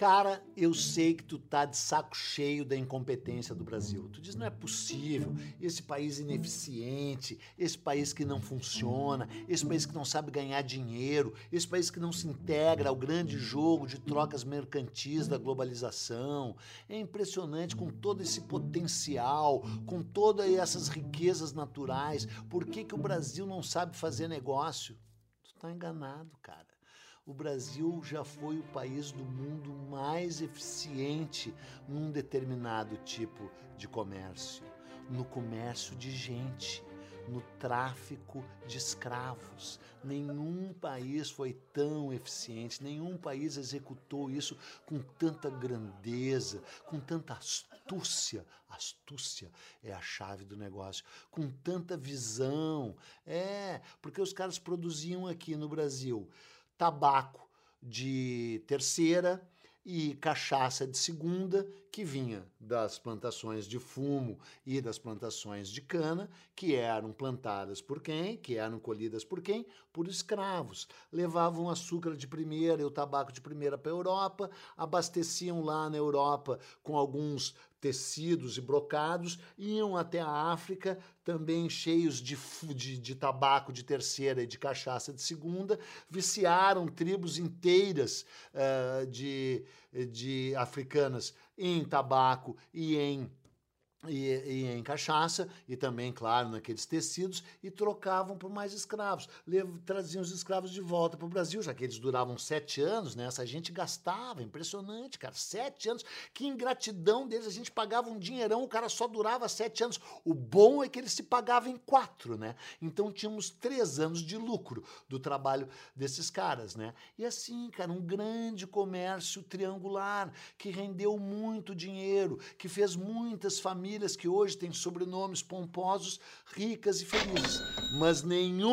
Cara, eu sei que tu tá de saco cheio da incompetência do Brasil. Tu diz, não é possível, esse país ineficiente, esse país que não funciona, esse país que não sabe ganhar dinheiro, esse país que não se integra ao grande jogo de trocas mercantis da globalização. É impressionante com todo esse potencial, com todas essas riquezas naturais. Por que o Brasil não sabe fazer negócio? Tu tá enganado, cara. O Brasil já foi o país do mundo mais eficiente num determinado tipo de comércio, no comércio de gente, no tráfico de escravos. Nenhum país foi tão eficiente, nenhum país executou isso com tanta grandeza, com tanta astúcia. Astúcia é a chave do negócio, com tanta visão. Porque os caras produziam aqui no Brasil tabaco de terceira e cachaça de segunda, que vinha das plantações de fumo e das plantações de cana, que eram plantadas por quem? Que eram colhidas por quem? Por escravos. Levavam açúcar de primeira e o tabaco de primeira para a Europa, abasteciam lá na Europa com alguns tecidos e brocados, iam até a África, também cheios de tabaco de terceira e de cachaça de segunda, viciaram tribos inteiras de africanas em tabaco e em cachaça, e também, claro, naqueles tecidos, e trocavam por mais escravos. Traziam os escravos de volta para o Brasil, já que eles duravam 7 anos, né? Essa gente gastava, impressionante, cara, 7 anos. Que ingratidão deles, a gente pagava um dinheirão, o cara só durava 7 anos. O bom é que ele se pagava em 4, né? Então tínhamos 3 anos de lucro do trabalho desses caras, né? E assim, cara, um grande comércio triangular que rendeu muito dinheiro, que fez muitas famílias que hoje têm sobrenomes pomposos, ricas e felizes. Mas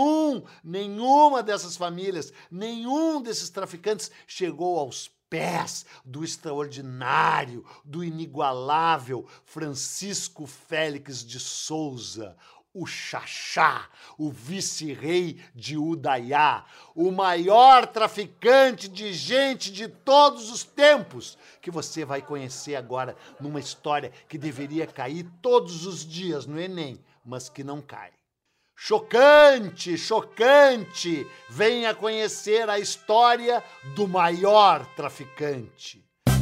nenhuma dessas famílias, nenhum desses traficantes chegou aos pés do extraordinário, do inigualável Francisco Félix de Souza, o Xaxá, o vice-rei de Udaiá, o maior traficante de gente de todos os tempos, que você vai conhecer agora numa história que deveria cair todos os dias no Enem, mas que não cai. Chocante, chocante! Venha conhecer a história do maior traficante.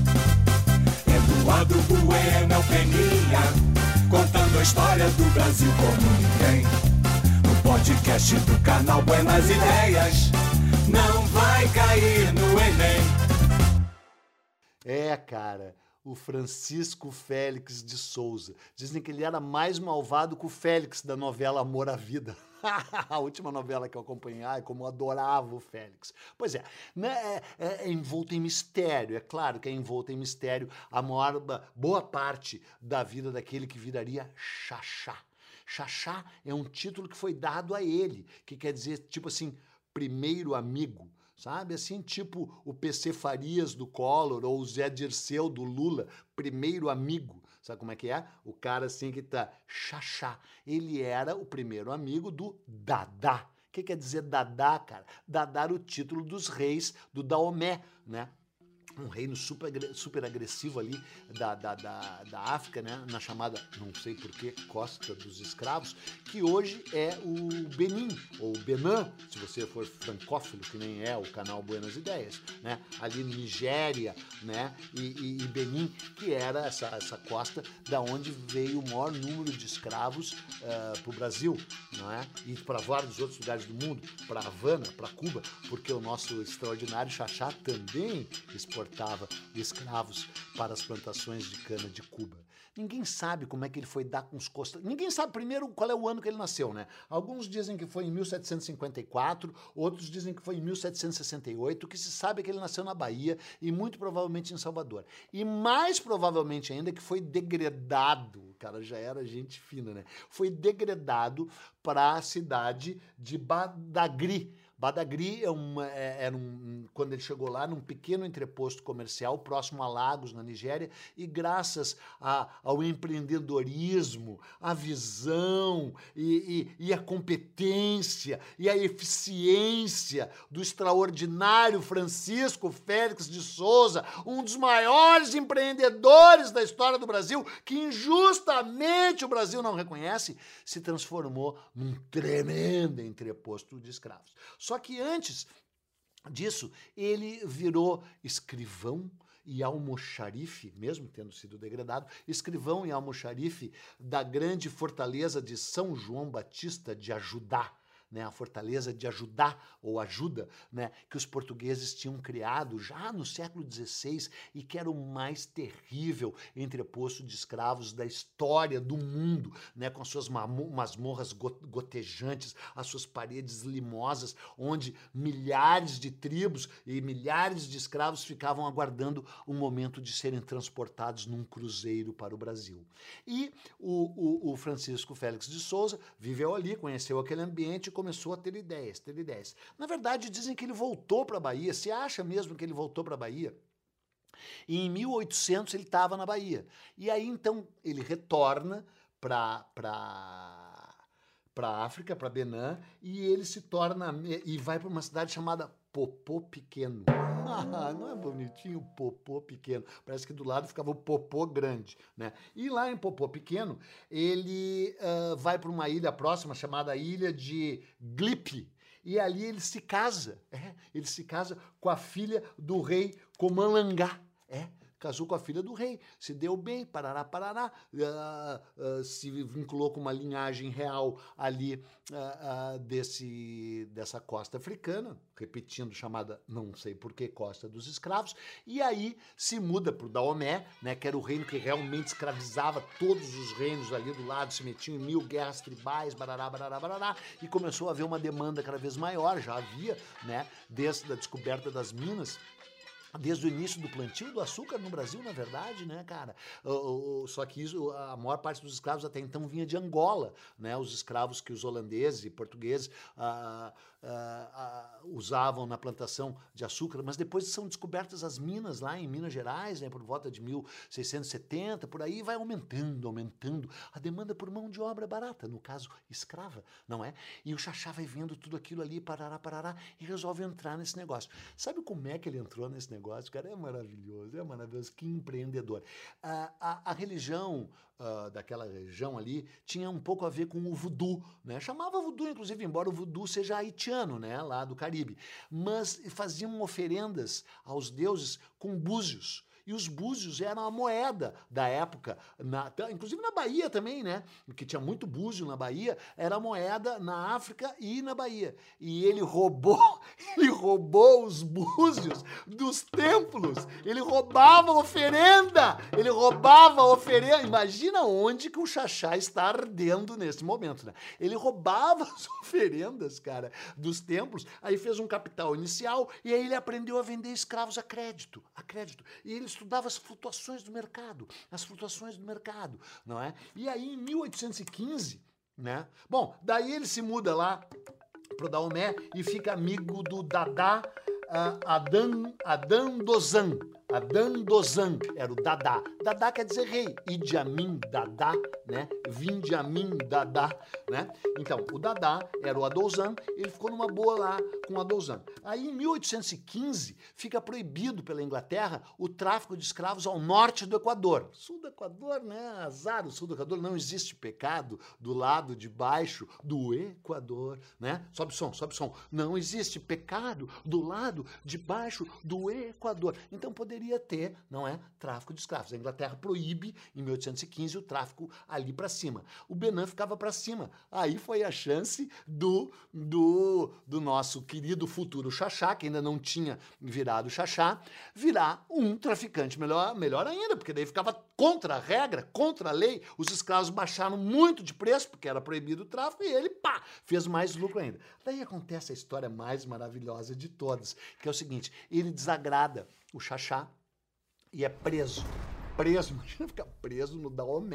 Eduardo Bueno é o Peninha, contando a história do Brasil como ninguém. No podcast do canal Buenas Ideias, não vai cair no Enem. Cara, o Francisco Félix de Souza. Dizem que ele era mais malvado que o Félix da novela Amor à Vida. A última novela que eu acompanhei, como eu adorava o Félix. Pois é, né, é envolto em mistério, é claro que é envolto em mistério boa parte da vida daquele que viraria Xaxá. Xaxá é um título que foi dado a ele, que quer dizer, tipo assim, primeiro amigo. Sabe, assim, tipo o PC Farias do Collor ou o Zé Dirceu do Lula, primeiro amigo. Sabe como é que é? O cara assim que tá Xaxá. Ele era o primeiro amigo do Dadá. O que quer dizer Dadá, cara? Dadá era o título dos reis do Daomé, né? Um reino super agressivo ali da África, né? Na chamada, não sei porquê, Costa dos Escravos, que hoje é o Benin, ou Benin, se você for francófilo, que nem é o canal Buenas Ideias, né? Ali Nigéria, né? E Benin, que era essa costa da onde veio o maior número de escravos para o Brasil, não é? E para vários outros lugares do mundo, para Havana, para Cuba, porque o nosso extraordinário Xaxá também exportava escravos para as plantações de cana de Cuba. Ninguém sabe como é que ele foi dar com os costas. Ninguém sabe primeiro qual é o ano que ele nasceu, né? Alguns dizem que foi em 1754, outros dizem que foi em 1768, o que se sabe é que ele nasceu na Bahia e muito provavelmente em Salvador. E mais provavelmente ainda que foi degradado, o cara já era gente fina, né? Foi degradado para a cidade de Badagry. Badagry quando ele chegou lá, num pequeno entreposto comercial próximo a Lagos, na Nigéria, e graças ao empreendedorismo, à visão e à competência e à eficiência do extraordinário Francisco Félix de Souza, um dos maiores empreendedores da história do Brasil, que injustamente o Brasil não reconhece, se transformou num tremendo entreposto de escravos. Só que antes disso, ele virou escrivão e almoxarife, mesmo tendo sido degradado, escrivão e almoxarife da grande fortaleza de São João Batista de Ajudá, né, a fortaleza de Ajudá, ou Ajuda, né, que os portugueses tinham criado já no século XVI e que era o mais terrível entreposto de escravos da história do mundo, né, com as suas masmorras gotejantes, as suas paredes limosas, onde milhares de tribos e milhares de escravos ficavam aguardando o momento de serem transportados num cruzeiro para o Brasil. E o Francisco Félix de Souza viveu ali, conheceu aquele ambiente e começou a ter ideias. Na verdade, dizem que ele voltou para a Bahia. Se acha mesmo que ele voltou para a Bahia? E em 1800 ele estava na Bahia. E aí, então, ele retorna para África, para Benin, e ele se torna... e vai para uma cidade chamada Popô Pequeno. Não é bonitinho? Popô Pequeno. Parece que do lado ficava o Popô Grande, né? E lá em Popô Pequeno, ele vai para uma ilha próxima chamada Ilha de Glipe. E ali ele se casa. Ele se casa com a filha do rei Comalangá. Casou com a filha do rei, se deu bem, parará, se vinculou com uma linhagem real ali dessa costa africana, repetindo, chamada, não sei por que, Costa dos Escravos, e aí se muda para o Daomé, né, que era o reino que realmente escravizava todos os reinos ali do lado, se metiam em 1000 guerras tribais, barará, e começou a haver uma demanda cada vez maior, já havia, né, desde a descoberta das minas, desde o início do plantio do açúcar no Brasil, na verdade, né, cara? Só que a maior parte dos escravos até então vinha de Angola, né? Os escravos que os holandeses e portugueses usavam na plantação de açúcar, mas depois são descobertas as minas lá em Minas Gerais, né, por volta de 1670, por aí vai aumentando a demanda por mão de obra barata, no caso, escrava, não é? E o Xaxá vai vendo tudo aquilo ali, parará, e resolve entrar nesse negócio. Sabe como é que ele entrou nesse negócio, cara? É maravilhoso, que empreendedor. A religião daquela região ali tinha um pouco a ver com o voodoo, né? Chamava voodoo, inclusive, embora o voodoo seja haitiano, né? Lá do Caribe. Mas faziam oferendas aos deuses com búzios. E os búzios eram a moeda da época, inclusive na Bahia também, né? Porque tinha muito búzio na Bahia, era a moeda na África e na Bahia. E ele roubou os búzios dos templos, ele roubava a oferenda, Imagina onde que o Xaxá está ardendo nesse momento, né? Ele roubava as oferendas, cara, dos templos, aí fez um capital inicial e aí ele aprendeu a vender escravos a crédito. E ele estudava as flutuações do mercado, não é? E aí, em 1815, né? Bom, daí ele se muda lá pro Daomé e fica amigo do Dadá Adan Dozan. Adan Dozan era o Dadá. Dadá quer dizer rei. Idi Amin Dadá, né? Vinde Amin Dadá, né? Então, o Dadá era o Adolzan, ele ficou numa boa lá com o Adolzan. Aí, em 1815, fica proibido pela Inglaterra o tráfico de escravos ao norte do Equador. Sul do Equador, né? Azar, o sul do Equador, não existe pecado do lado de baixo do Equador, né? Sobe som. Não existe pecado do lado de baixo do Equador. Então, poderia ter, não é, tráfico de escravos. A Inglaterra proíbe, em 1815, o tráfico ali para cima. O Benin ficava para cima. Aí foi a chance do nosso querido futuro Xaxá, que ainda não tinha virado Xaxá, virar um traficante melhor ainda, porque daí ficava contra a regra, contra a lei. Os escravos baixaram muito de preço, porque era proibido o tráfico, e ele, fez mais lucro ainda. Daí acontece a história mais maravilhosa de todas, que é o seguinte, ele desagrada o Xaxá e é preso, imagina ficar preso no Daomé,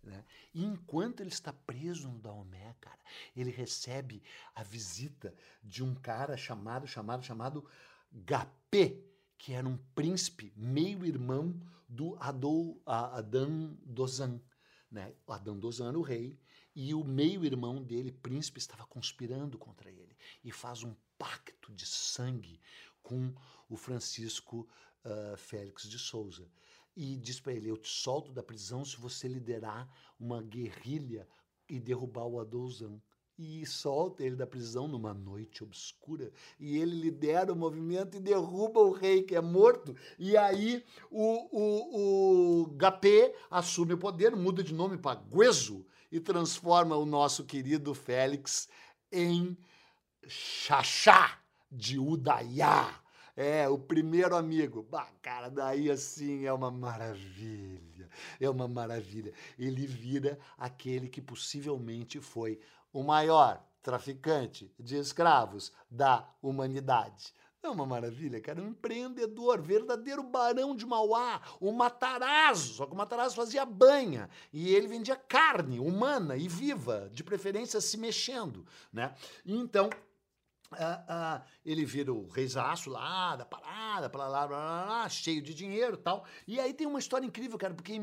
né? E enquanto ele está preso no Daomé, cara, ele recebe a visita de um cara chamado Gapé, que era um príncipe meio-irmão do Adão Dozan, né? O Adão Dozan era o rei, e o meio-irmão dele, príncipe, estava conspirando contra ele, e faz um pacto de sangue com o Francisco Félix de Souza. E diz para ele, eu te solto da prisão se você liderar uma guerrilha e derrubar o Adolzan. E solta ele da prisão numa noite obscura, e ele lidera o movimento e derruba o rei, que é morto. E aí o Gapé assume o poder, muda de nome para Guezo e transforma o nosso querido Félix em Xaxá de Udaiá. É, o primeiro amigo. Bah, cara, daí assim é uma maravilha. É uma maravilha. Ele vira aquele que possivelmente foi o maior traficante de escravos da humanidade. É uma maravilha, cara. Um empreendedor, verdadeiro barão de Mauá, um Matarazzo. Só que o Matarazzo fazia banha e ele vendia carne humana e viva, de preferência se mexendo, né? Então, ele vira o reisaço lá da parada, cheio de dinheiro e tal. E aí tem uma história incrível, cara, porque em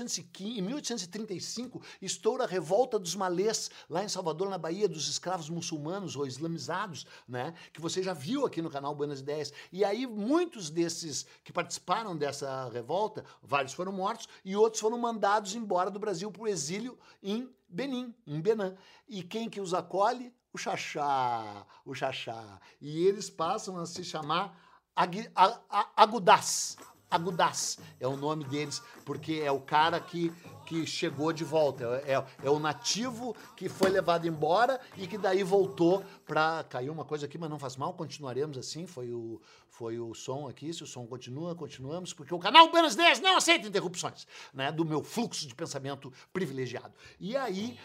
1835 estoura a revolta dos malês lá em Salvador, na Bahia, dos escravos muçulmanos ou islamizados, né? Que você já viu aqui no canal Buenas Ideias. E aí muitos desses que participaram dessa revolta, vários foram mortos e outros foram mandados embora do Brasil para o exílio em Benin, em Benin. E quem que os acolhe? O Xaxá. E eles passam a se chamar Agudás. Agudás é o nome deles, porque é o cara que chegou de volta. É o nativo que foi levado embora e que daí voltou para... Caiu uma coisa aqui, mas não faz mal, continuaremos assim. Foi o som aqui, se o som continuamos, porque o canal Buenas Ideias não aceita interrupções, né, do meu fluxo de pensamento privilegiado. E aí,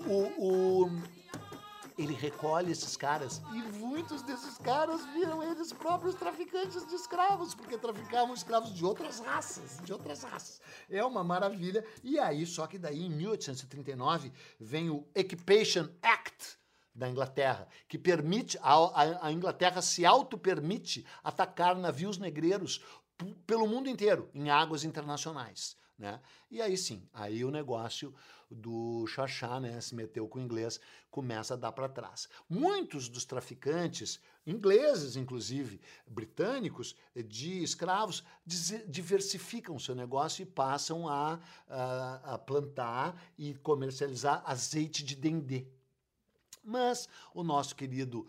ele recolhe esses caras e muitos desses caras viram eles próprios traficantes de escravos, porque traficavam escravos de outras raças, É uma maravilha. E aí, só que daí, em 1839, vem o Equipation Act da Inglaterra, que permite, a Inglaterra se auto-permite atacar navios negreiros pelo mundo inteiro, em águas internacionais, né? E aí sim, aí o negócio do Xaxá, né, se meteu com o inglês, começa a dar para trás. Muitos dos traficantes, ingleses inclusive, britânicos, de escravos, diversificam seu negócio e passam a plantar e comercializar azeite de dendê. Mas o nosso querido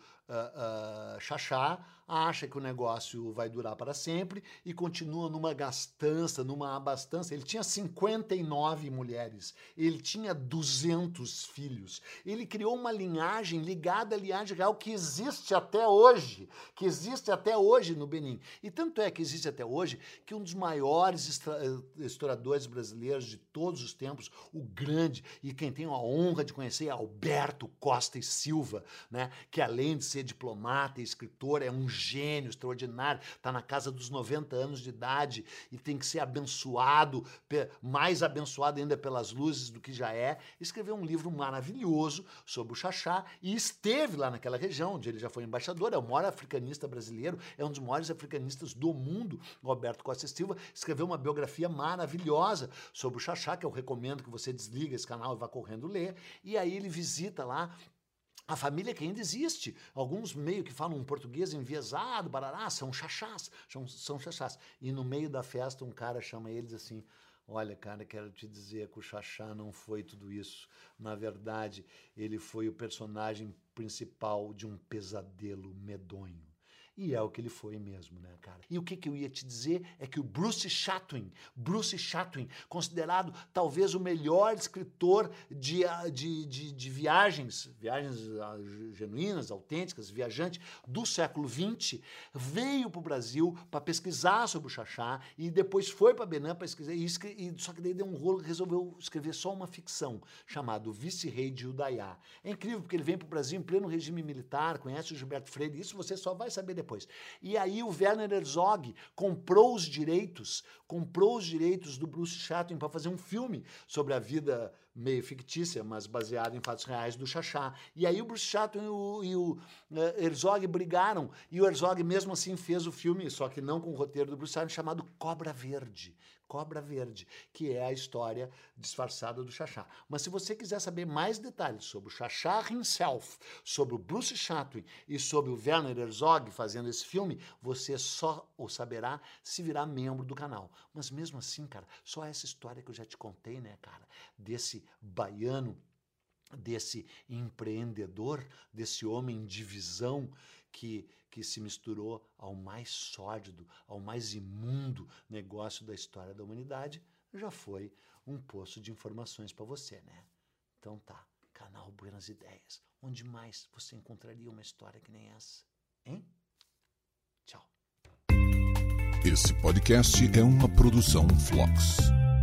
Xaxá acha que o negócio vai durar para sempre e continua numa abastança. Ele tinha 59 mulheres, ele tinha 200 filhos. Ele criou uma linhagem ligada à linhagem real que existe até hoje no Benin. E tanto é que existe até hoje que um dos maiores historiadores brasileiros de todos os tempos, o grande, e quem tem a honra de conhecer, é Alberto Costa e Silva, né, que além de ser diplomata e escritor, é um gênio extraordinário, está na casa dos 90 anos de idade e tem que ser abençoado, mais abençoado ainda pelas luzes do que já é. Escreveu um livro maravilhoso sobre o Xaxá e esteve lá naquela região, onde ele já foi embaixador, é o maior africanista brasileiro, é um dos maiores africanistas do mundo, o Alberto Costa e Silva, escreveu uma biografia maravilhosa sobre o Xaxá, que eu recomendo que você desliga esse canal e vá correndo ler, e aí ele visita lá a família que ainda existe. Alguns meio que falam um português enviesado, barará, são xaxás. E no meio da festa um cara chama eles assim, olha, cara, quero te dizer que o Xaxá não foi tudo isso. Na verdade, ele foi o personagem principal de um pesadelo medonho. E é o que ele foi mesmo, né, cara? E o que eu ia te dizer é que o Bruce Chatwin, considerado talvez o melhor escritor de viagens genuínas, autênticas, viajante do século XX, veio para o Brasil para pesquisar sobre o Xaxá e depois foi para Benin para pesquisar, só que daí deu um rolo e resolveu escrever só uma ficção chamada O Vice-Rei de Udaiá. É incrível porque ele vem para o Brasil em pleno regime militar, conhece o Gilberto Freire, isso você só vai saber depois. E aí o Werner Herzog comprou os direitos do Bruce Chatwin para fazer um filme sobre a vida meio fictícia, mas baseada em fatos reais do Xaxá. E aí o Bruce Chatwin e o Herzog brigaram, e o Herzog mesmo assim fez o filme, só que não com o roteiro do Bruce Chatwin, chamado Cobra Verde, que é a história disfarçada do Xaxá. Mas se você quiser saber mais detalhes sobre o Xaxá himself, sobre o Bruce Chatwin e sobre o Werner Herzog fazendo esse filme, você só o saberá se virar membro do canal. Mas mesmo assim, cara, só essa história que eu já te contei, né, cara, desse baiano, desse empreendedor, desse homem de visão que se misturou ao mais sórdido, ao mais imundo negócio da história da humanidade, já foi um poço de informações para você, né? Então tá, canal Buenas Ideias. Onde mais você encontraria uma história que nem essa? Hein? Tchau. Esse podcast é uma produção Flux.